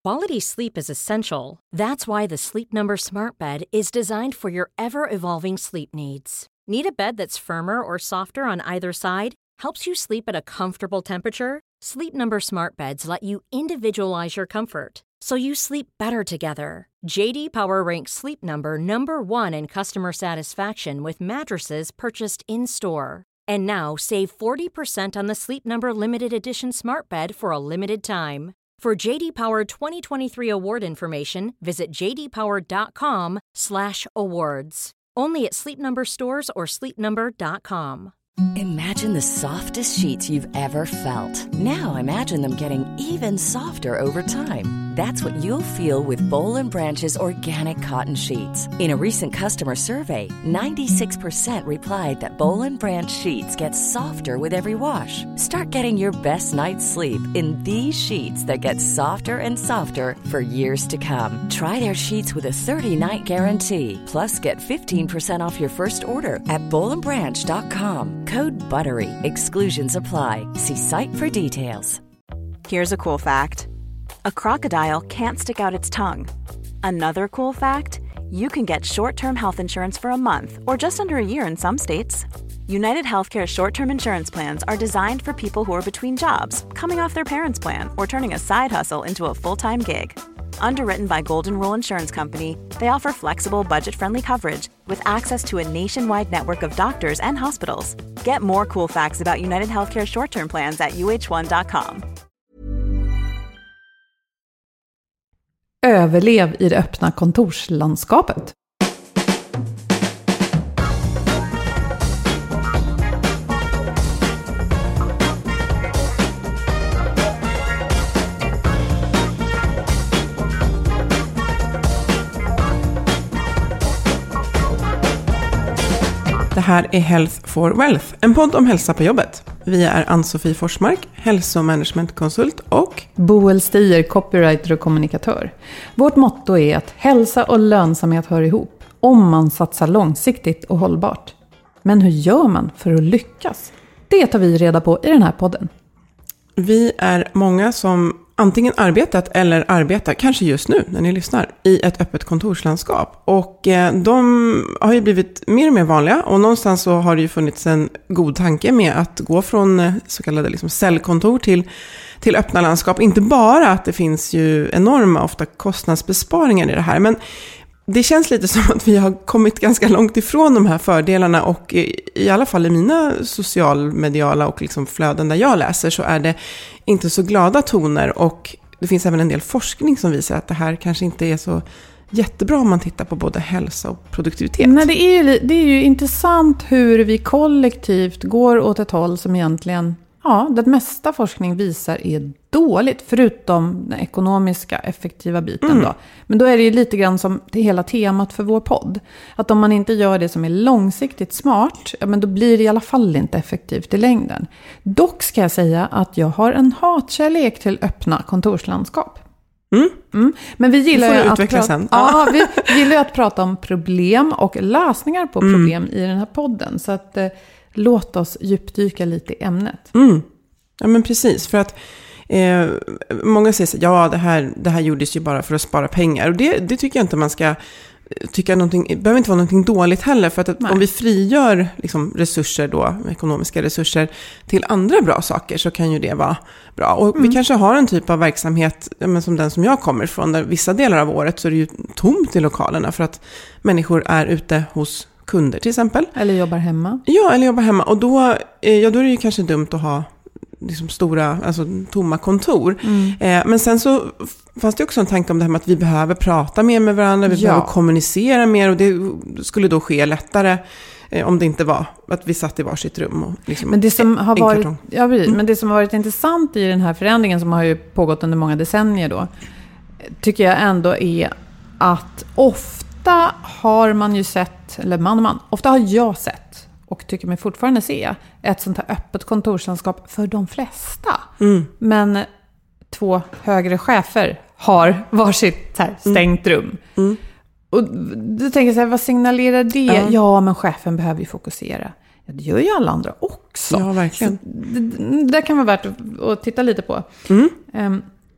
Quality sleep is essential. That's why the Sleep Number Smart Bed is designed for your ever-evolving sleep needs. Need a bed that's firmer or softer on either side? Helps you sleep at a comfortable temperature? Sleep Number Smart Beds let you individualize your comfort, so you sleep better together. JD Power ranks Sleep Number #1 in customer satisfaction with mattresses purchased in-store. And now, save 40% on the Sleep Number Limited Edition Smart Bed for a limited time. For JD Power 2023 award information, visit jdpower.com/awards. Only at Sleep Number stores or sleepnumber.com. Imagine the softest sheets you've ever felt. Now imagine them getting even softer over time. That's what you'll feel with Boll & Branch's organic cotton sheets. In a recent customer survey, 96% replied that Boll & Branch sheets get softer with every wash. Start getting your best night's sleep in these sheets that get softer and softer for years to come. Try their sheets with a 30-night guarantee. Plus, get 15% off your first order at bollandbranch.com. Code BUTTERY. Exclusions apply. See site for details. Here's a cool fact. A crocodile can't stick out its tongue. Another cool fact, you can get short-term health insurance for a month or just under a year in some states. United Healthcare short-term insurance plans are designed for people who are between jobs, coming off their parents' plan, or turning a side hustle into a full-time gig. Underwritten by Golden Rule Insurance Company, they offer flexible, budget-friendly coverage with access to a nationwide network of doctors and hospitals. Get more cool facts about United Healthcare short-term plans at uh1.com. Överlev i det öppna kontorslandskapet. Det här är Health for Wealth, en podd om hälsa på jobbet. Vi är Ann-Sofie Forsmark, hälsomanagementkonsult och Boel Stier, copywriter och kommunikatör. Vårt motto är att hälsa och lönsamhet hör ihop om man satsar långsiktigt och hållbart. Men hur gör man för att lyckas? Det tar vi reda på i den här podden. Vi är många som antingen arbetat eller arbetar, kanske just nu när ni lyssnar, i ett öppet kontorslandskap. Och de har ju blivit mer och mer vanliga, och någonstans så har det ju funnits en god tanke med att gå från så kallade liksom cellkontor till öppna landskap. Inte bara att det finns ju enorma, ofta kostnadsbesparingar i det här, men det känns lite som att vi har kommit ganska långt ifrån de här fördelarna, och i alla fall i mina socialmediala och liksom flöden där jag läser så är det inte så glada toner, och det finns även en del forskning som visar att det här kanske inte är så jättebra om man tittar på både hälsa och produktivitet. Nej, det är ju intressant hur vi kollektivt går åt ett håll som egentligen, ja, den mesta forskning visar är dåligt, förutom den ekonomiska effektiva biten då. Men då är det ju lite grann som det hela temat för vår podd. Att om man inte gör det som är långsiktigt smart, ja, men då blir det i alla fall inte effektivt i längden. Dock ska jag säga att jag har en hatkärlek till öppna kontorslandskap. Men vi gillar ju vi gillar att prata om problem och lösningar på problem i den här podden. Så att låt oss djupdyka lite i ämnet. Ja, men precis, för att många säger så, ja, det här gjordes ju bara för att spara pengar, och det tycker jag inte man ska tycka någonting, det behöver inte vara någonting dåligt heller, för att om vi frigör liksom resurser då, ekonomiska resurser till andra bra saker, så kan ju det vara bra. Och vi kanske har en typ av verksamhet, men som den som jag kommer ifrån, där vissa delar av året så är det ju tomt i lokalerna för att människor är ute hos kunder till exempel. Eller jobbar hemma. Ja, eller jobbar hemma, och då är det ju kanske dumt att ha liksom stora, alltså tomma kontor. Men sen så fanns det också en tanke om det här med att vi behöver prata mer med varandra, vi behöver kommunicera mer, och det skulle då ske lättare om det inte var att vi satt i varsitt rum. Och liksom men det som har varit, men det som har varit intressant i den här förändringen, som har ju pågått under många decennier då, tycker jag ändå är att ofta har man ju sett, eller ofta har jag sett, och tycker mig fortfarande se, ett sånt här öppet kontorslandskap för de flesta. Men 2 högre chefer har varsitt här stängt rum. Och du tänker så här, vad signalerar det? Ja, men chefen behöver ju fokusera. Ja, det gör ju alla andra också. Ja, verkligen. Det kan vara värt att titta lite på.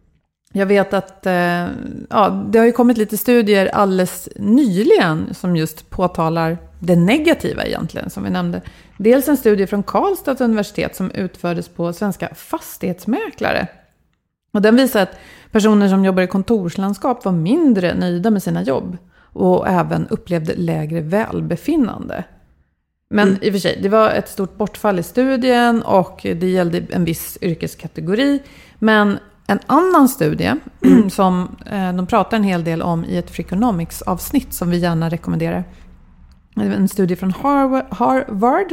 Jag vet att det har ju kommit lite studier alldeles nyligen som just påtalar det negativa egentligen, som vi nämnde. Dels en studie från Karlstads universitet som utfördes på svenska fastighetsmäklare. Och den visar att personer som jobbar i kontorslandskap var mindre nöjda med sina jobb och även upplevde lägre välbefinnande. Men i och för sig, det var ett stort bortfall i studien och det gällde en viss yrkeskategori. Men en annan studie som de pratar en hel del om i ett Freakonomics-avsnitt som vi gärna rekommenderar. En studie från Hogwarts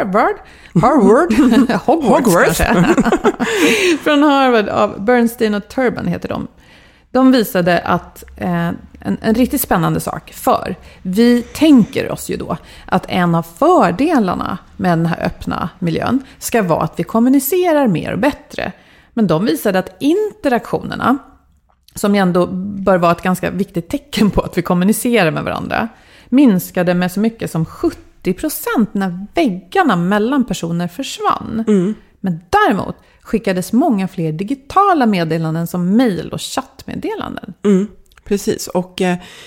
från Harvard av Bernstein och Turban heter de. De visade att en riktigt spännande sak, för vi tänker oss ju då att en av fördelarna med den här öppna miljön ska vara att vi kommunicerar mer och bättre. Men de visade att interaktionerna, som ändå bör vara ett ganska viktigt tecken på att vi kommunicerar med varandra, minskade med så mycket som 70% när väggarna mellan personer försvann. Men däremot skickades många fler digitala meddelanden som mejl och chattmeddelanden. Precis, och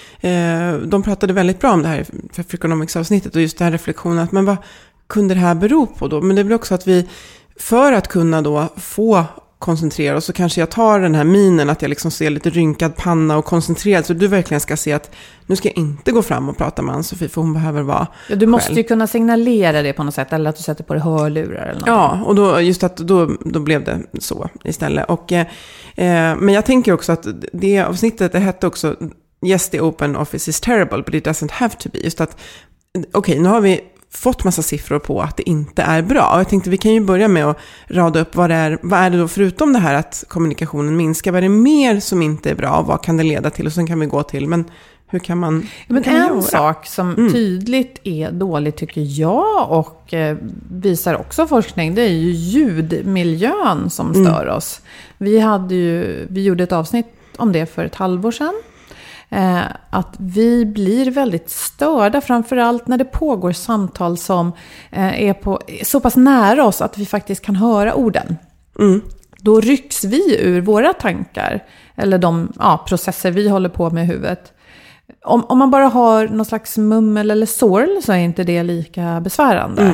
de pratade väldigt bra om det här för Freakonomics-avsnittet och just den här reflektionen att men vad kunde det här bero på då? Men det blir också att vi, för att kunna då få koncentrera oss, så kanske jag tar den här minen att jag liksom ser lite rynkad panna och koncentrerad, så du verkligen ska se att nu ska jag inte gå fram och prata med Ann-Sofie för hon behöver vara du måste själv. ju kunna signalera det på något sätt, eller att du sätter på dig hörlurar eller något. Ja, och då, just att då blev det så istället. Och, men jag tänker också att det avsnittet, det hette också Yes, the open office is terrible, but it doesn't have to be. Just att, okej, nu har vi fått massa siffror på att det inte är bra. Och jag tänkte vi kan ju börja med att rada upp vad är det då förutom det här att kommunikationen minskar. Vad är det mer som inte är bra? Vad kan det leda till? Och sen kan vi gå till, men hur kan man en sak som tydligt är dålig tycker jag och visar också forskning, det är ju ljudmiljön som stör oss. Vi gjorde ett avsnitt om det för ett halvår sedan. Att vi blir väldigt störda, framförallt när det pågår samtal som är så pass nära oss att vi faktiskt kan höra orden. Då rycks vi ur våra tankar eller de processer vi håller på med i huvudet. Om man bara har någon slags mummel eller sorl så är inte det lika besvärande.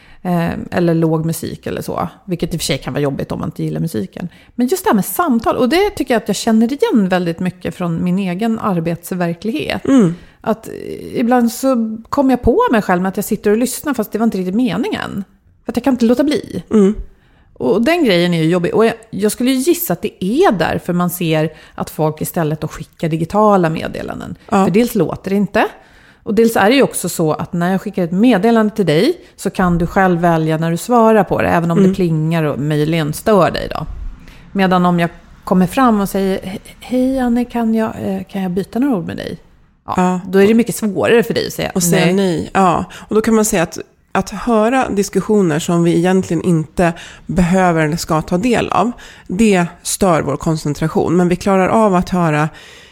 Eller låg musik eller så. Vilket i och för sig kan vara jobbigt om man inte gillar musiken. Men just det här med samtal. Och det tycker jag att jag känner igen väldigt mycket från min egen arbetsverklighet. Att ibland så kommer jag på mig själv med att jag sitter och lyssnar fast det var inte riktigt meningen. För att jag kan inte låta bli. Och den grejen är ju jobbig. Och jag skulle ju gissa att det är därför man ser att folk istället då skickar digitala meddelanden. För dels låter det inte. Och dels är det ju också så att när jag skickar ett meddelande till dig så kan du själv välja när du svarar på det, även om det plingar och möjligen stör dig då. Medan om jag kommer fram och säger hej Anne, kan jag byta några ord med dig? Då är det mycket svårare för dig att säga nej. Ja, och då kan man säga att höra diskussioner som vi egentligen inte behöver eller ska ta del av, det stör vår koncentration. Men vi klarar av att höra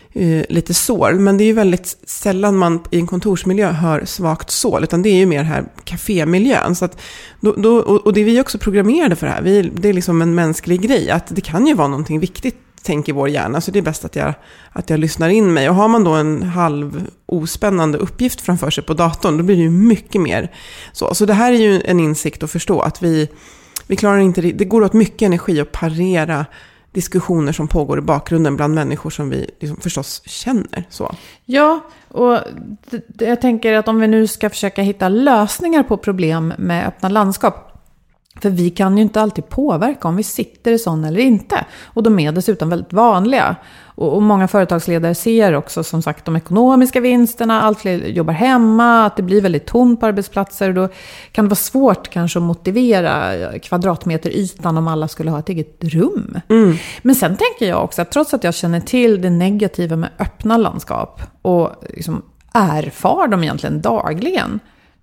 lite sål, men det är ju väldigt sällan man i en kontorsmiljö hör svagt sål, utan det är ju mer här kafémiljön. Så att och det är vi också programmerade för det här. Det är liksom en mänsklig grej, att det kan ju vara någonting viktigt, tänker vår hjärna, så det är bäst att jag lyssnar in mig. Och har man då en halv ospännande uppgift framför sig på datorn, då blir det ju mycket mer så det här är ju en insikt att förstå att vi klarar inte det går åt mycket energi att parera diskussioner som pågår i bakgrunden bland människor som vi liksom förstås känner så. Ja, och jag tänker att om vi nu ska försöka hitta lösningar på problem med öppna landskap, för vi kan ju inte alltid påverka om vi sitter i sån eller inte. Och de är dessutom väldigt vanliga. Och många företagsledare ser också som sagt de ekonomiska vinsterna. Allt fler jobbar hemma. Att det blir väldigt tomt på arbetsplatser. Och då kan det vara svårt kanske att motivera kvadratmeterytan om alla skulle ha ett eget rum. Men sen tänker jag också att trots att jag känner till det negativa med öppna landskap. Och liksom erfar dem egentligen dagligen.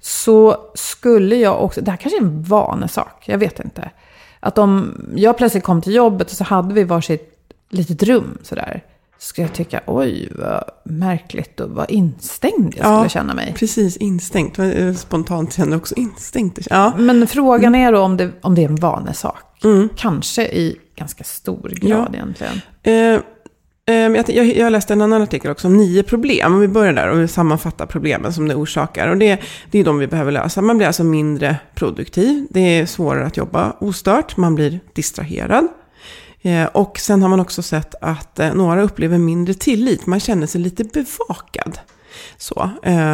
Så skulle jag också, det här kanske är en vanesak, jag vet inte. Att om jag plötsligt kom till jobbet och så hade vi varsitt litet rum sådär. Så skulle jag tycka, oj vad märkligt och vad instängd jag skulle känna mig. Precis, instängt. Spontant känner också instängt. Ja. Men frågan är då om det är en vanesak. Kanske i ganska stor grad egentligen. Jag läste en annan artikel också om 9 problem. Om vi börjar där och vi sammanfattar problemen som det orsakar. Och det är de vi behöver lösa. Man blir alltså mindre produktiv. Det är svårare att jobba ostört. Man blir distraherad. Och sen har man också sett att några upplever mindre tillit. Man känner sig lite bevakad. Så,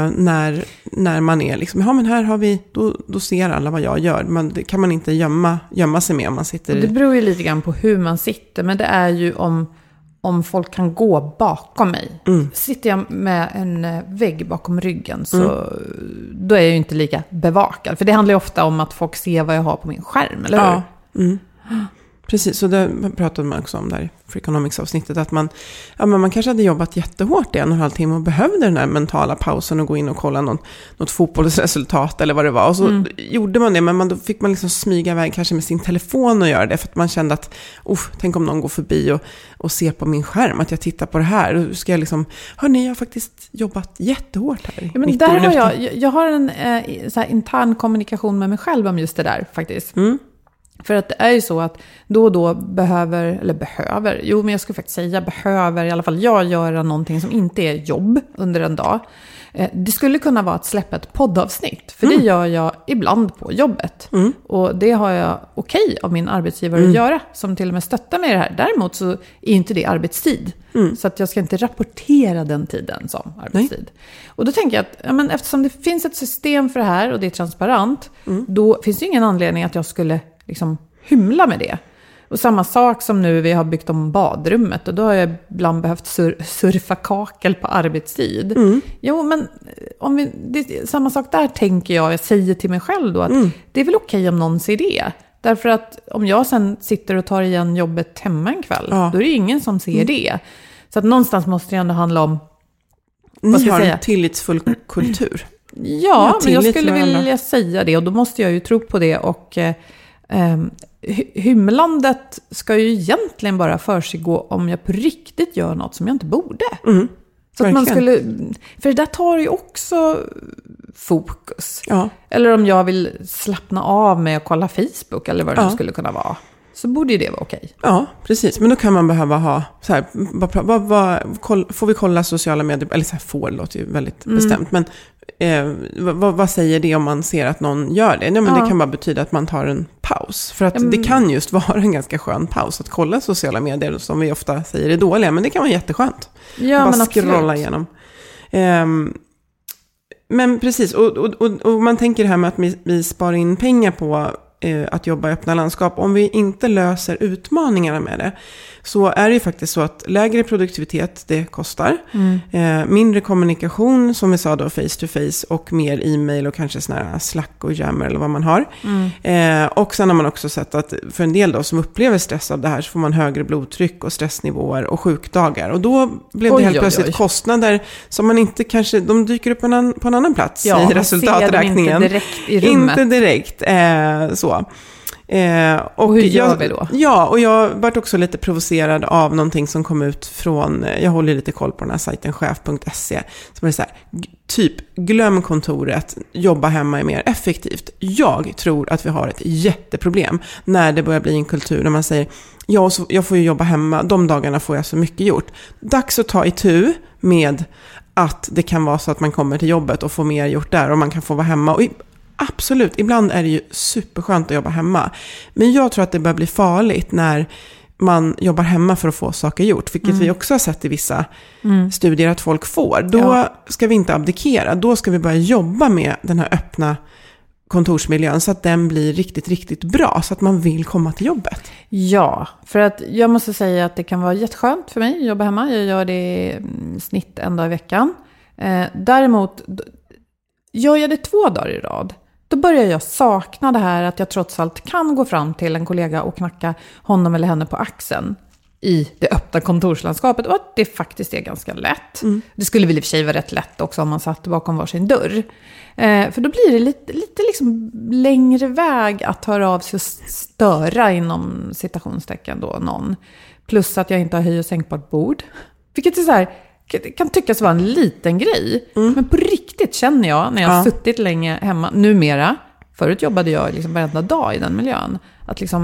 när man är liksom, ja men här har vi, då ser alla vad jag gör. Men det kan man inte gömma sig med om man sitter. Det beror ju lite grann på hur man sitter. Men det är ju om folk kan gå bakom mig. Sitter jag med en vägg bakom ryggen så då är jag ju inte lika bevakad. För det handlar ju ofta om att folk ser vad jag har på min skärm, eller hur? Ja. Precis, så det pratade man också om där i Freakonomics-avsnittet. Att man kanske hade jobbat jättehårt i 1,5 timme och behövde den här mentala pausen och gå in och kolla något fotbollsresultat eller vad det var. Och så gjorde man det, men då fick man liksom smyga iväg kanske med sin telefon och göra det. För att man kände att, tänk om någon går förbi och ser på min skärm att jag tittar på det här. Och ska jag liksom, hörni, jag har faktiskt jobbat jättehårt här. Ja, men där har jag har en så här intern kommunikation med mig själv om just det där faktiskt. För att det är ju så att då och då behöver jag skulle faktiskt säga behöver i alla fall jag göra någonting som inte är jobb under en dag. Det skulle kunna vara att släppa ett poddavsnitt, för det gör jag ibland på jobbet. Och det har jag okej av min arbetsgivare att göra, som till och med stöttar mig i det här. Däremot så är inte det arbetstid. Så att jag ska inte rapportera den tiden som arbetstid. Nej. Och då tänker jag att eftersom det finns ett system för det här och det är transparent, då finns det ingen anledning att jag skulle liksom hymla med det. Och samma sak som nu vi har byggt om badrummet, och då har jag ibland behövt surfa kakel på arbetstid. Jo, men samma sak där tänker jag säger till mig själv då att det är väl okej om någon ser det. Därför att om jag sen sitter och tar igen jobbet hemma en kväll, då är det ingen som ser det. Så att någonstans måste det ändå handla om, ni har en tillitsfull kultur. Ja, men jag skulle vilja säga det, och då måste jag ju tro på det. Och hymlandet ska ju egentligen bara försiggå om jag på riktigt gör något som jag inte borde. Så att man skulle, för det där tar ju också fokus. Ja. Eller om jag vill slappna av med att kolla Facebook eller vad det nu skulle kunna vara, så borde ju det vara okej. Ja, precis. Men då kan man behöva ha så här, får vi kolla sociala medier, eller så här, låter ju väldigt bestämt, men vad säger det om man ser att någon gör det? Nej, men det kan bara betyda att man tar en paus. För att det kan just vara en ganska skön paus att kolla sociala medier, som vi ofta säger är dåliga, men det kan vara jätteskönt. Ja, bara scrolla igenom. Men precis, och man tänker det här med att vi sparar in pengar på att jobba i öppna landskap. Om vi inte löser utmaningarna med det, så är det ju faktiskt så att lägre produktivitet, det kostar. Mindre kommunikation, som vi sa då, face to face, och mer e-mail och kanske såna här Slack och Jammer eller vad man har. Och sen har man också sett att för en del då som upplever stress av det här, så får man högre blodtryck och stressnivåer och sjukdagar. Och då blev det helt plötsligt kostnader som man inte kanske, de dyker upp på en annan plats i resultaträkningen. Inte direkt i rummet. Inte direkt, så. Och hur gör vi då? Ja, och jag var också lite provocerad av någonting som kom ut från, jag håller lite koll på den här sajten chef.se, som är så här, typ glöm kontoret, jobba hemma är mer effektivt. Jag tror att vi har ett jätteproblem när det börjar bli en kultur där man säger, ja, så jag får ju jobba hemma, de dagarna får jag så mycket gjort. Dags att ta itu med att det kan vara så att man kommer till jobbet och får mer gjort där, och man kan få vara hemma. Och absolut, ibland är det ju superskönt att jobba hemma. Men jag tror att det börjar bli farligt när man jobbar hemma för att få saker gjort. Vilket vi också har sett i vissa studier att folk får. Då ska vi inte abdikera. Då ska vi börja jobba med den här öppna kontorsmiljön så att den blir riktigt, riktigt bra. Så att man vill komma till jobbet. Ja, för att jag måste säga att det kan vara jätteskönt för mig att jobba hemma. Jag gör det snitt en dag i veckan. Däremot, gör jag det 2 dagar i rad, då börjar jag sakna det här att jag trots allt kan gå fram till en kollega och knacka honom eller henne på axeln i det öppna kontorslandskapet, och att det faktiskt är ganska lätt. Det skulle väl i och för sig vara rätt lätt också om man satt bakom varsin dörr. För då blir det lite liksom längre väg att höra av sig och störa inom citationstecken då någon. Plus att jag inte har höj- och sänkbart bord. Vilket är så här, kan tyckas vara en liten grej. Men på riktigt känner jag, när jag har suttit länge hemma numera, förut jobbade jag liksom varenda dag i den miljön, att liksom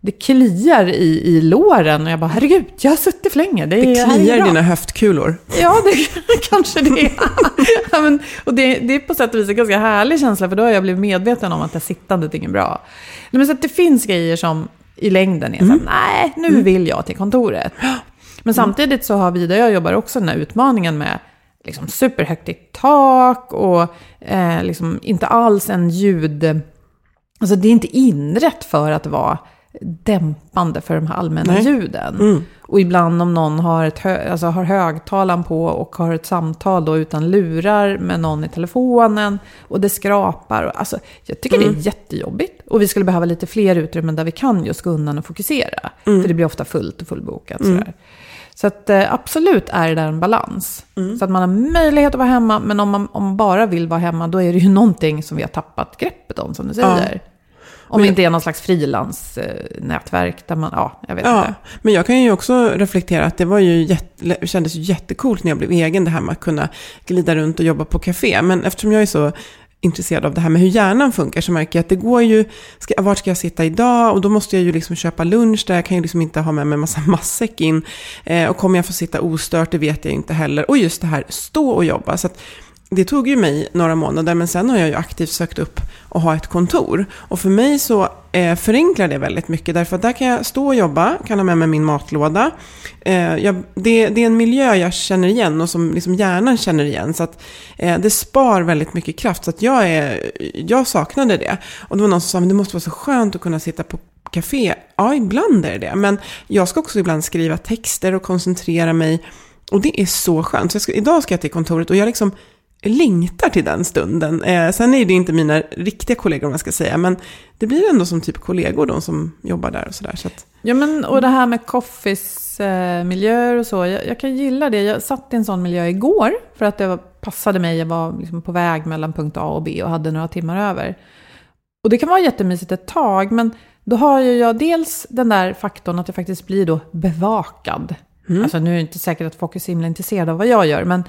det kliar i låren. Och jag bara, herregud, jag har suttit för länge. Det kliar i dina höftkulor. Ja, det kanske det är. Ja, men, och det är på sätt och vis en ganska härlig känsla. För då har jag blivit medveten om att det sittandet är inget bra. Men så att det finns grejer som i längden är så här, nej, nu vill jag till kontoret. Men samtidigt så har vi, där jag jobbar, också den här utmaningen med liksom superhögt i tak och liksom inte alls en ljud... Alltså det är inte inrätt för att vara dämpande för de här allmänna ljuden. Och ibland om någon har har högtalaren på och har ett samtal då utan lurar med någon i telefonen och det skrapar. Alltså, jag tycker det är jättejobbigt. Och vi skulle behöva lite fler utrymmen där vi kan just gå undan och fokusera. För det blir ofta fullt och fullbokat. Sådär. Så att absolut är det där en balans. Så att man har möjlighet att vara hemma, men om man bara vill vara hemma, då är det ju någonting som vi har tappat greppet om, som du säger. Om det inte är någon slags frilansnätverk där man, jag vet inte. Men jag kan ju också reflektera att det var ju kändes jättekult när jag blev egen, det här med att kunna glida runt och jobba på café. Men eftersom jag är så intresserad av det här med hur hjärnan funkar, så märker jag att det går ju, vart ska jag sitta idag? Och då måste jag ju liksom köpa lunch där, jag kan ju liksom inte ha med mig massa matsäck in. Och kommer jag få sitta ostört, det vet jag inte heller. Och just det här, stå och jobba. Så att det tog ju mig några månader, men sen har jag ju aktivt sökt upp och ha ett kontor. Och för mig så förenklar det väldigt mycket, därför att där kan jag stå och jobba, kan ha med mig min matlåda. Det är en miljö jag känner igen och som liksom hjärnan känner igen, så att det spar väldigt mycket kraft. Så att jag saknade det. Och det var någon som sa, men det måste vara så skönt att kunna sitta på café. Ja, ibland är det. Men jag ska också ibland skriva texter och koncentrera mig. Och det är så skönt. Så idag ska jag till kontoret och jag liksom längtar till den stunden. Sen är det inte mina riktiga kollegor, om jag ska säga, men det blir ändå som typ kollegor, de som jobbar där och sådär. Så att, ja, men och det här med coffees-miljöer och så, jag kan gilla det. Jag satt i en sån miljö igår för att det passade mig. Jag var liksom på väg mellan punkt A och B och hade några timmar över. Och det kan vara jättemysigt ett tag, men då har ju jag dels den där faktorn att jag faktiskt blir då bevakad. Alltså nu är det inte säkert att folk är så himla intresserade av vad jag gör, men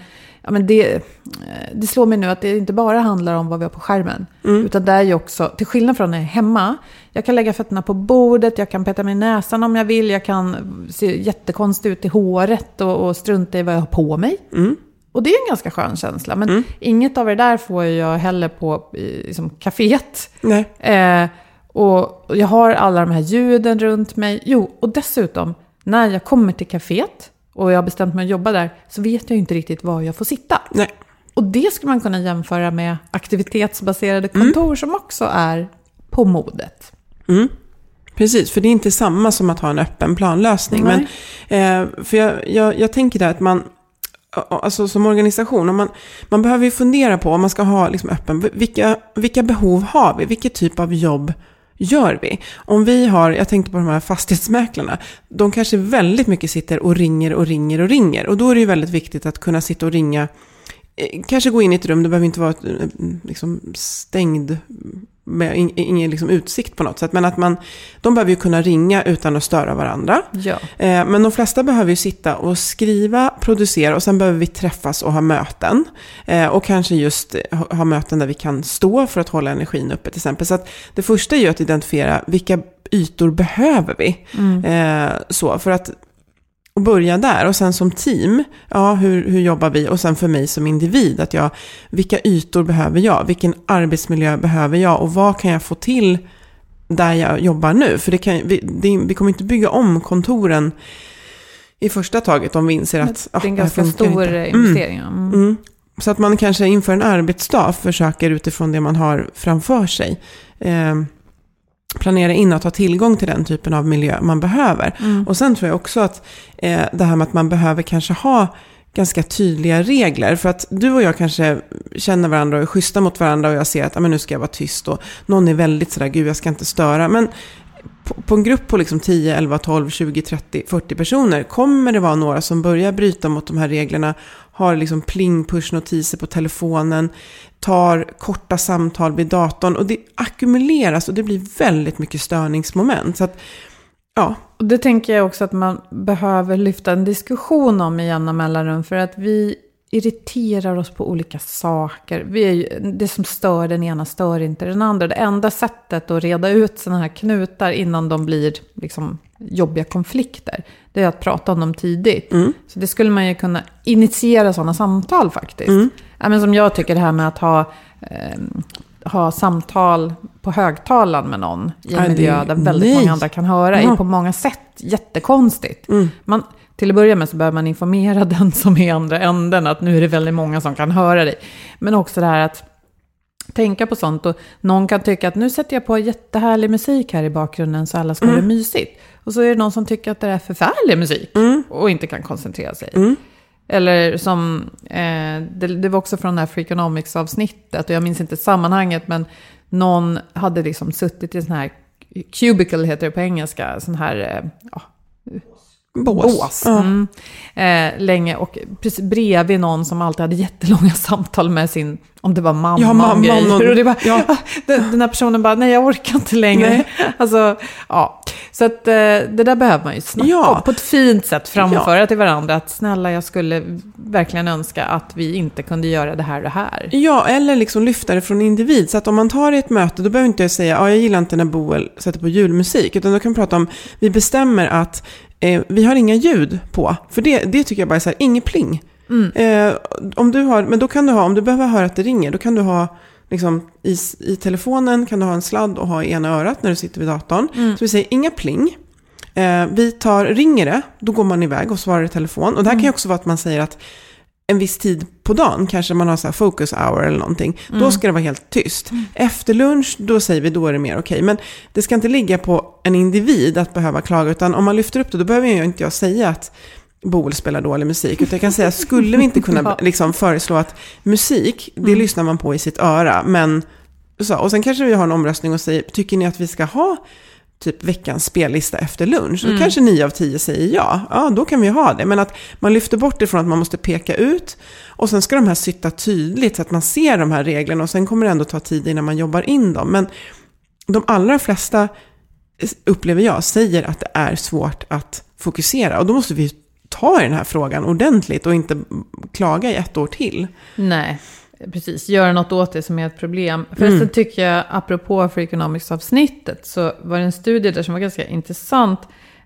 det slår mig nu att det inte bara handlar om vad vi har på skärmen, utan det är ju också, till skillnad från när jag är hemma, jag kan lägga fötterna på bordet, jag kan peta mig i näsan om jag vill, jag kan se jättekonstigt ut i håret och strunta i vad jag har på mig. Och det är en ganska skön känsla, men inget av det där får jag heller på liksom, kaféet. Nej. Och jag har alla de här ljuden runt mig. Jo, och dessutom när jag kommer till kaféet och jag har bestämt mig att jobba där, så vet jag inte riktigt var jag får sitta. Nej. Och det skulle man kunna jämföra med aktivitetsbaserade kontor som också är på modet. Precis, för det är inte samma som att ha en öppen planlösning. Nej. Men för jag tänker där att man, alltså som organisation, man behöver ju fundera på om man ska ha liksom öppen, vilka behov har vi, vilket typ av jobb gör vi? Om vi har, jag tänkte på de här fastighetsmäklarna, de kanske väldigt mycket sitter och ringer. Och då är det ju väldigt viktigt att kunna sitta och ringa, kanske gå in i ett rum, det behöver inte vara liksom stängd med ingen liksom utsikt på något sätt, men att de behöver ju kunna ringa utan att störa varandra. Ja. Men de flesta behöver ju sitta och skriva, producera, och sen behöver vi träffas och ha möten. Och kanske just ha möten där vi kan stå för att hålla energin uppe till exempel. Så att det första är ju att identifiera vilka ytor behöver vi. Så för att och börja där, och sen som team, hur jobbar vi, och sen för mig som individ, att vilka ytor behöver jag, vilken arbetsmiljö behöver jag, och vad kan jag få till där jag jobbar nu, för vi kommer inte bygga om kontoren i första taget om vi inser att det är en ganska stor investering. Så att man kanske inför en arbetsdag försöker utifrån det man har framför sig planera in att ha tillgång till den typen av miljö man behöver. Och sen tror jag också att det här med att man behöver kanske ha ganska tydliga regler, för att du och jag kanske känner varandra och är schyssta mot varandra, och jag ser att men nu ska jag vara tyst, och någon är väldigt sådär, gud jag ska inte störa, men på en grupp på liksom 10, 11, 12, 20, 30, 40 personer kommer det vara några som börjar bryta mot de här reglerna, har liksom pling push-notiser på telefonen, tar korta samtal vid datorn, och det ackumuleras och det blir väldigt mycket störningsmoment. Så att, ja. Och det tänker jag också att man behöver lyfta en diskussion om i jämna mellanrum, för att vi irriterar oss på olika saker. Det som stör den ena stör inte den andra. Det enda sättet att reda ut såna här knutar innan de blir liksom jobbiga konflikter, det är att prata om dem tidigt. Så det skulle man ju kunna initiera sådana samtal faktiskt. Ja, men som jag tycker det här med att ha samtal på högtalaren med någon i en miljö där väldigt många andra kan höra är på många sätt jättekonstigt. Till att börja med så behöver man informera den som är andra änden att nu är det väldigt många som kan höra dig. Men också det här att tänka på sånt, och någon kan tycka att nu sätter jag på jättehärlig musik här i bakgrunden så alla ska ha det mysigt. Och så är det någon som tycker att det är förfärlig musik och inte kan koncentrera sig. Eller som, det var också från det här Freakonomics-avsnittet, och jag minns inte sammanhanget, men någon hade liksom suttit i sån här cubicle, heter det på engelska, sån här bås. Länge, och precis bredvid någon som alltid hade jättelånga samtal med sin, om det var mamma och grejer. Och det bara, den här personen bara, nej jag orkar inte längre. Alltså, så att det där behöver man ju snacka om på ett fint sätt, framföra till varandra att snälla, jag skulle verkligen önska att vi inte kunde göra det här och det här. Ja, eller liksom lyfta det från individ, så att om man tar i ett möte, då behöver inte jag säga, jag gillar inte när Boel sätter på julmusik, utan då kan vi prata om, vi bestämmer att vi har inga ljud på, för det tycker jag bara är så här, inget pling. Om du har, men då kan du ha, om du behöver höra att det ringer, då kan du ha liksom i telefonen kan du ha en sladd och ha i ena örat när du sitter vid datorn. Så vi säger inga pling. Ringer det, då går man iväg och svarar i telefon. Och det här kan ju också vara att man säger att en viss tid på dagen, kanske man har så här focus hour eller någonting, då ska det vara helt tyst. Efter lunch, då säger vi, då är det mer okej. Men det ska inte ligga på en individ att behöva klaga, utan om man lyfter upp det, då behöver jag inte säga att Boel spelar dålig musik, utan jag kan säga, skulle vi inte kunna liksom föreslå att musik, det lyssnar man på i sitt öra, men så, och sen kanske vi har en omröstning och säger, tycker ni att vi ska ha typ veckans spellista efter lunch? Och kanske 9 av 10 säger ja, då kan vi ha det. Men att man lyfter bort det från att man måste peka ut, och sen ska de här sitta tydligt så att man ser de här reglerna, och sen kommer det ändå ta tid innan man jobbar in dem. Men de allra flesta, upplever jag, säger att det är svårt att fokusera, och då måste vi ta i den här frågan ordentligt och inte klaga i 1 år till. Nej, precis. Göra något åt det som är ett problem. Förresten tycker jag, apropå Freakonomics-avsnittet, så var det en studie där som var ganska intressant.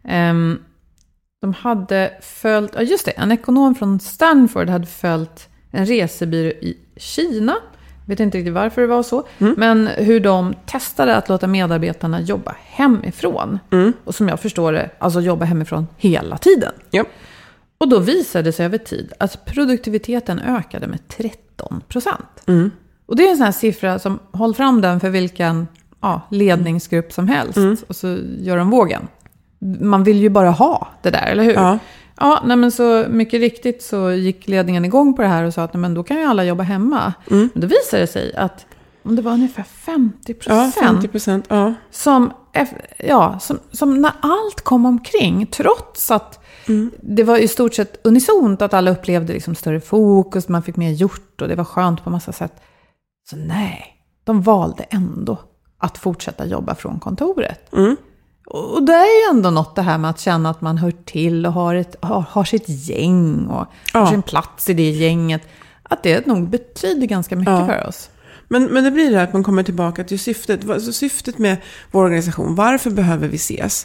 De hade följt, en ekonom från Stanford hade följt en resebyrå i Kina. Vet inte riktigt varför det var så. Men hur de testade att låta medarbetarna jobba hemifrån. Och som jag förstår det, alltså jobba hemifrån hela tiden. Yep. Och då visade det sig över tid att produktiviteten ökade med 13%. Och det är en sån här siffra som, håll fram den för vilken ledningsgrupp som helst. Och så gör de vågen. Man vill ju bara ha det där, eller hur? Men så mycket riktigt så gick ledningen igång på det här och sa att men då kan ju alla jobba hemma. Men då visade det sig att om det var ungefär 50% som när allt kom omkring, trots att det var i stort sett unisont att alla upplevde liksom större fokus, man fick mer gjort och det var skönt på massa sätt. Så nej, de valde ändå att fortsätta jobba från kontoret. Och det är ju ändå något det här med att känna att man hör till och har sitt gäng och har sin plats i det gänget. Att det nog betyder ganska mycket för oss. Men det blir det att man kommer tillbaka till syftet. Alltså syftet med vår organisation. Varför behöver vi ses?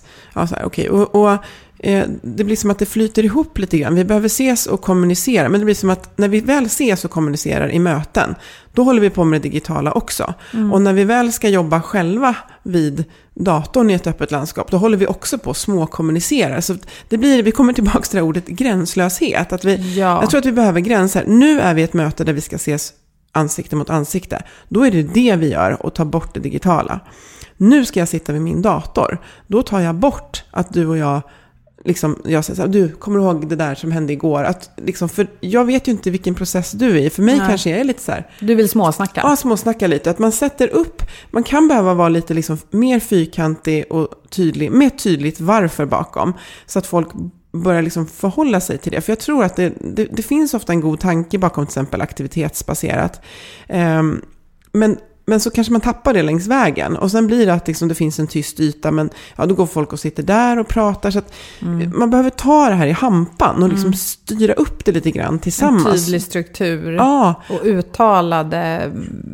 Det blir som att det flyter ihop lite grann. Vi behöver ses och kommunicera. Men det blir som att när vi väl ses och kommunicerar i möten, då håller vi på med det digitala också. Och när vi väl ska jobba själva vid datorn i ett öppet landskap, då håller vi också på att småkommunicera. Så vi kommer tillbaka till det ordet gränslöshet. Jag tror att vi behöver gränser. Nu är vi i ett möte där vi ska ses ansikte mot ansikte. Då är det vi gör och tar bort det digitala. Nu ska jag sitta vid min dator. Då tar jag bort att du och jag säger så här, du kommer ihåg det där som hände igår, att för jag vet ju inte vilken process du är i. För mig kanske jag är lite så här, du vill småsnacka. Ja, småsnacka lite, att man sätter upp, man kan behöva vara lite mer fyrkantig och tydlig, med ett tydligt varför bakom, så att folk börjar förhålla sig till det. För jag tror att det finns ofta en god tanke bakom till exempel aktivitetsbaserat. Men Men så kanske man tappar det längs vägen. Och sen blir det att liksom det finns en tyst yta. Men ja, då går folk och sitter där och pratar. Så att man behöver ta det här i hampan. Och liksom styra upp det lite grann tillsammans. En tydlig struktur. Och uttalade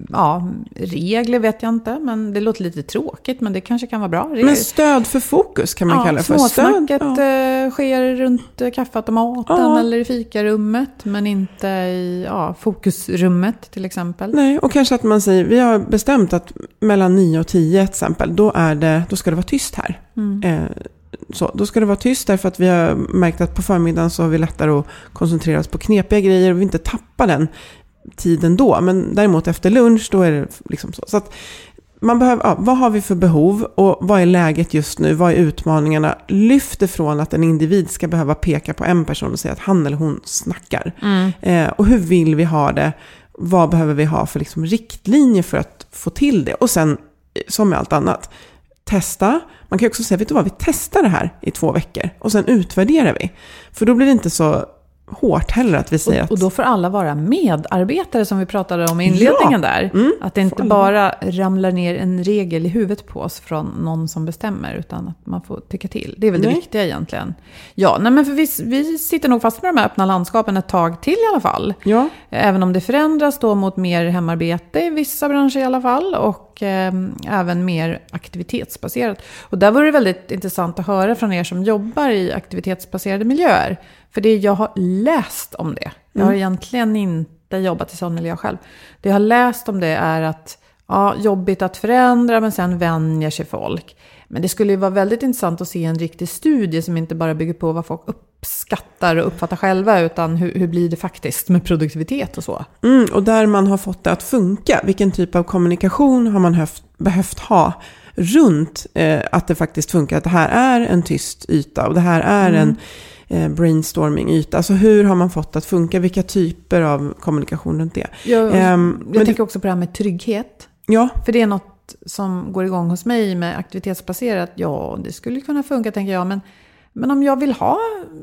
regler vet jag inte. Men det låter lite tråkigt. Men det kanske kan vara bra. Men stöd för fokus kan man kalla det för. Småsnacket sker runt kaffeautomaten eller i fikarummet. Men inte i fokusrummet till exempel. Nej, och kanske att man säger, vi har bestämt att mellan 9 och 10 till exempel, då ska det vara tyst här. Så, då ska det vara tyst därför att vi har märkt att på förmiddagen så har vi lättare att koncentrera oss på knepiga grejer och vi inte tappar den tiden då. Men däremot efter lunch då är det liksom så. Så att man behöver, vad har vi för behov och vad är läget just nu? Vad är utmaningarna? Lyft ifrån att en individ ska behöva peka på en person och säga att han eller hon snackar. Och hur vill vi ha det? Vad behöver vi ha för liksom riktlinjer för att få till det? Och sen, som med allt annat, testa. Man kan ju också säga, vet du vad, vi testar det här i 2 veckor. Och sen utvärderar vi. För då blir det inte så hårt heller att vi säger att... Och då får alla vara medarbetare som vi pratade om i inledningen där. Att det inte bara ramlar ner en regel i huvudet på oss från någon som bestämmer utan att man får tycka till. Det är väl det viktiga egentligen. Ja, men för vi sitter nog fast med de här öppna landskapen ett tag till i alla fall. Ja. Även om det förändras då mot mer hemarbete i vissa branscher i alla fall och även mer aktivitetsbaserat. Och där var det väldigt intressant att höra från er som jobbar i aktivitetsbaserade miljöer. För det jag har läst om det, jag har egentligen inte jobbat i sån miljö själv. Det jag har läst om det är att jobbigt att förändra men sen vänjer sig folk. Men det skulle ju vara väldigt intressant att se en riktig studie som inte bara bygger på vad folk uppskattar och uppfattar själva utan hur blir det faktiskt med produktivitet och så. Och där man har fått det att funka, vilken typ av kommunikation har man behövt ha runt att det faktiskt funkar, att det här är en tyst yta och det här är en brainstorming-yta. Alltså hur har man fått att funka? Vilka typer av kommunikation runt det? Jag tänker också på det här med trygghet. Ja. För det är något som går igång hos mig med aktivitetsbaserat. Ja, det skulle kunna funka tänker jag. Men om jag vill ha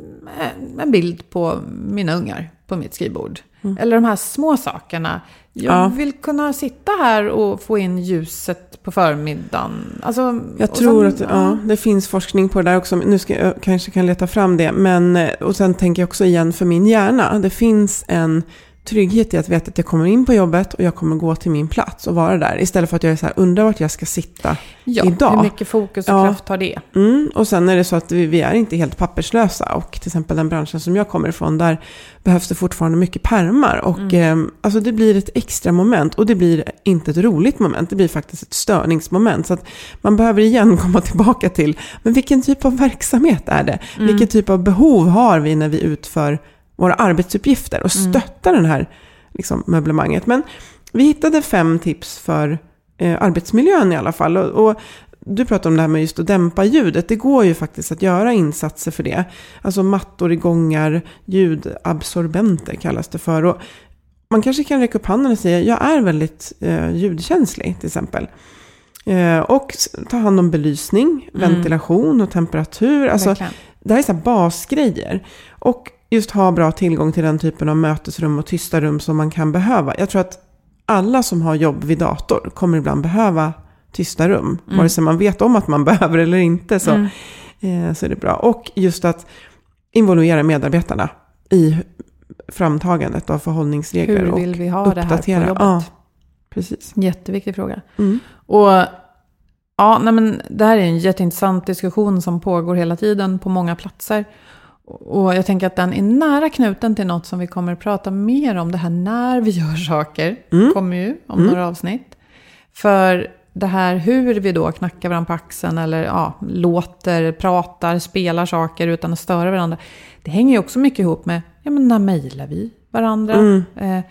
en bild på mina ungar på mitt skrivbord. Eller de här små sakerna. Jag vill kunna sitta här och få in ljuset på förmiddagen. Alltså, jag tror att det finns forskning på det där också. Nu ska jag kanske kan leta fram det. Och sen tänker jag också igen för min hjärna. Det finns en trygghet i att veta att jag kommer in på jobbet och jag kommer gå till min plats och vara där. Istället för att jag är så här, undrar vart jag ska sitta idag. Hur mycket fokus och kraft har det. Och sen är det så att vi är inte helt papperslösa. Och till exempel den branschen som jag kommer ifrån, där behövs det fortfarande mycket pärmar. Och alltså det blir ett extra moment. Och det blir inte ett roligt moment. Det blir faktiskt ett störningsmoment. Så att man behöver igen komma tillbaka till, men vilken typ av verksamhet är det? Vilken typ av behov har vi när vi utför våra arbetsuppgifter och stötta den här liksom, möblemanget. Men vi hittade 5 tips för arbetsmiljön i alla fall. Och du pratade om det här med just att dämpa ljudet. Det går ju faktiskt att göra insatser för det. Alltså mattor i gångar, ljudabsorbenter kallas det för. Och man kanske kan räcka upp handen och säga, jag är väldigt ljudkänslig till exempel. Och ta hand om belysning, ventilation och temperatur. Alltså, det här är så här basgrejer. Och just ha bra tillgång till den typen av mötesrum och tysta rum som man kan behöva. Jag tror att alla som har jobb vid dator kommer ibland behöva tysta rum. Vare sig man vet om att man behöver eller inte så är det bra. Och just att involvera medarbetarna i framtagandet av förhållningsregler. Hur vill vi ha uppdatera. Det här på jobbet? Ja, precis. Jätteviktig fråga. Och men det här är en jätteintressant diskussion som pågår hela tiden på många platser. Och jag tänker att den är nära knuten till något som vi kommer att prata mer om. Det här när vi gör saker. Kommer ju om några avsnitt. För det här hur vi då knackar varandra på axeln. Eller låter, pratar, spelar saker utan att störa varandra. Det hänger ju också mycket ihop med, när mejlar vi varandra?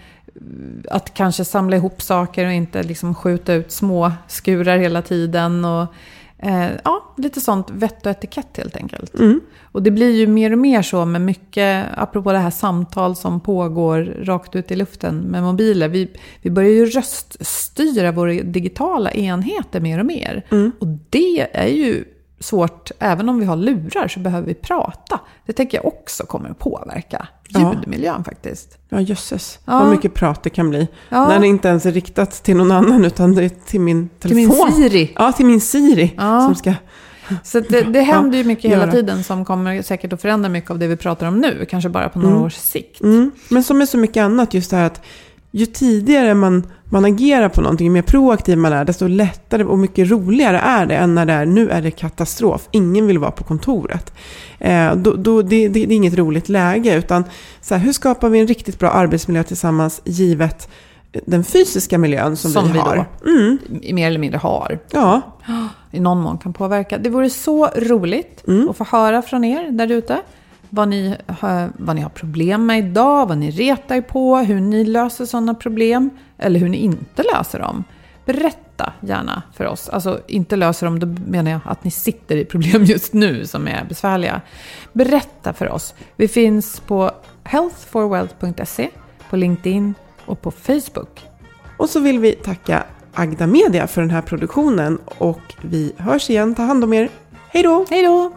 Att kanske samla ihop saker och inte liksom skjuta ut små skurar hela tiden. Och lite sånt vett och etikett helt enkelt. Och det blir ju mer och mer så med mycket, apropå det här samtal som pågår rakt ut i luften med mobiler. Vi börjar ju röststyra våra digitala enheter mer och mer. Och det är ju svårt, även om vi har lurar så behöver vi prata. Det tänker jag också kommer att påverka ljudmiljön faktiskt. Ja, jösses. Vad mycket prat det kan bli. Ja. När det inte ens är riktat till någon annan utan det är till min telefon. Till min Siri. Ja, till min Siri som ska... Så det händer ju mycket hela göra. tiden som kommer säkert att förändra mycket av det vi pratar om nu. Kanske bara på några års sikt. Men som med så mycket annat, just det här att ju tidigare man agerar på någonting, ju mer proaktiv man är, desto lättare och mycket roligare är det än när det är, nu är det katastrof. Ingen vill vara på kontoret. Det är inget roligt läge, utan så här, hur skapar vi en riktigt bra arbetsmiljö tillsammans givet den fysiska miljön som vi har? Mer eller mindre har. Ja. I någon mån kan påverka. Det vore så roligt att få höra från er där ute. Vad ni har problem med idag, vad ni retar på, hur ni löser sådana problem eller hur ni inte löser dem. Berätta gärna för oss. Alltså inte löser dem, då menar jag att ni sitter i problem just nu som är besvärliga. Berätta för oss. Vi finns på healthforwealth.se, på LinkedIn och på Facebook. Och så vill vi tacka Agda Media för den här produktionen och vi hörs igen. Ta hand om er. Hej då! Hej då!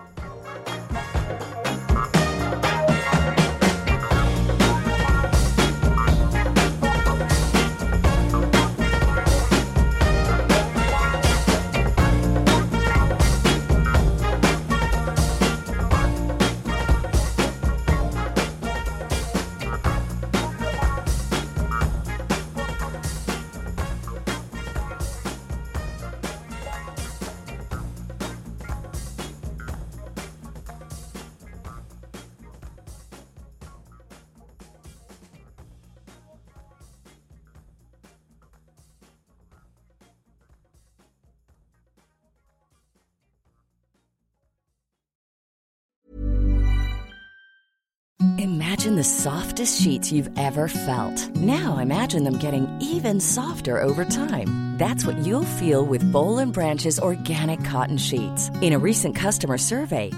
Imagine the softest sheets you've ever felt. Now imagine them getting even softer over time. That's what you'll feel with Boll & Branch's organic cotton sheets. In a recent customer survey,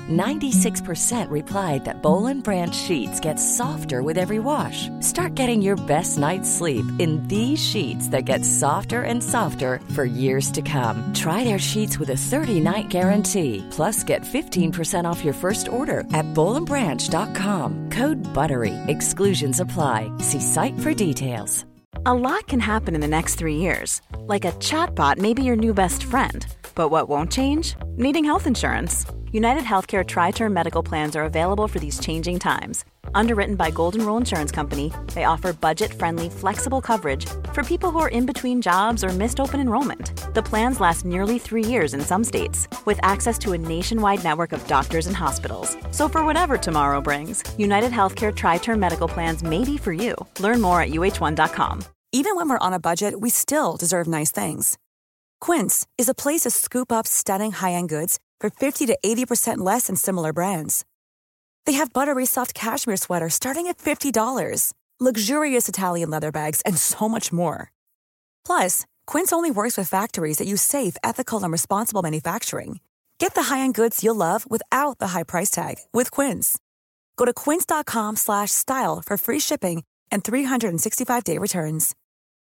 96% replied that Boll & Branch sheets get softer with every wash. Start getting your best night's sleep in these sheets that get softer and softer for years to come. Try their sheets with a 30-night guarantee. Plus, get 15% off your first order at bollandbranch.com. Code BUTTERY. Exclusions apply. See site for details. A lot can happen in the next 3 years. Like a chatbot may be your new best friend. But what won't change? Needing health insurance. United Healthcare Tri-Term Medical Plans are available for these changing times. Underwritten by Golden Rule Insurance Company, they offer budget-friendly, flexible coverage for people who are in between jobs or missed open enrollment. The plans last nearly 3 years in some states, with access to a nationwide network of doctors and hospitals. So for whatever tomorrow brings, United Healthcare Tri-Term Medical Plans may be for you. Learn more at uh1.com. Even when we're on a budget, we still deserve nice things. Quince is a place to scoop up stunning high-end goods for 50 to 80% less than similar brands. They have buttery soft cashmere sweaters starting at $50, luxurious Italian leather bags, and so much more. Plus, Quince only works with factories that use safe, ethical, and responsible manufacturing. Get the high-end goods you'll love without the high price tag with Quince. Go to quince.com/style for free shipping and 365-day returns.